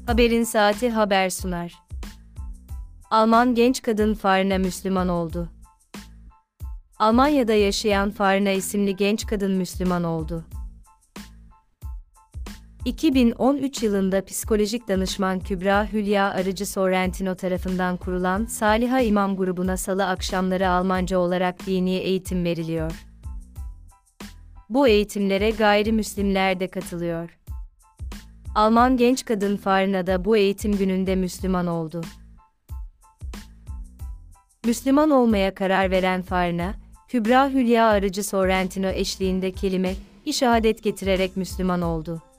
Haberin Saati haber sunar. Alman genç kadın Farina Müslüman oldu. Almanya'da yaşayan Farina isimli genç kadın Müslüman oldu. 2013 yılında psikolojik danışman Kübra Hülya Arıcı Sorrentino tarafından kurulan Saliha İmam grubuna salı akşamları Almanca olarak dini eğitim veriliyor. Bu eğitimlere gayrimüslimler de katılıyor. Alman genç kadın Farina da bu eğitim gününde Müslüman oldu. Müslüman olmaya karar veren Farina, Kübra Hülya Arıcı Sorrentino eşliğinde kelime-i şehadet getirerek Müslüman oldu.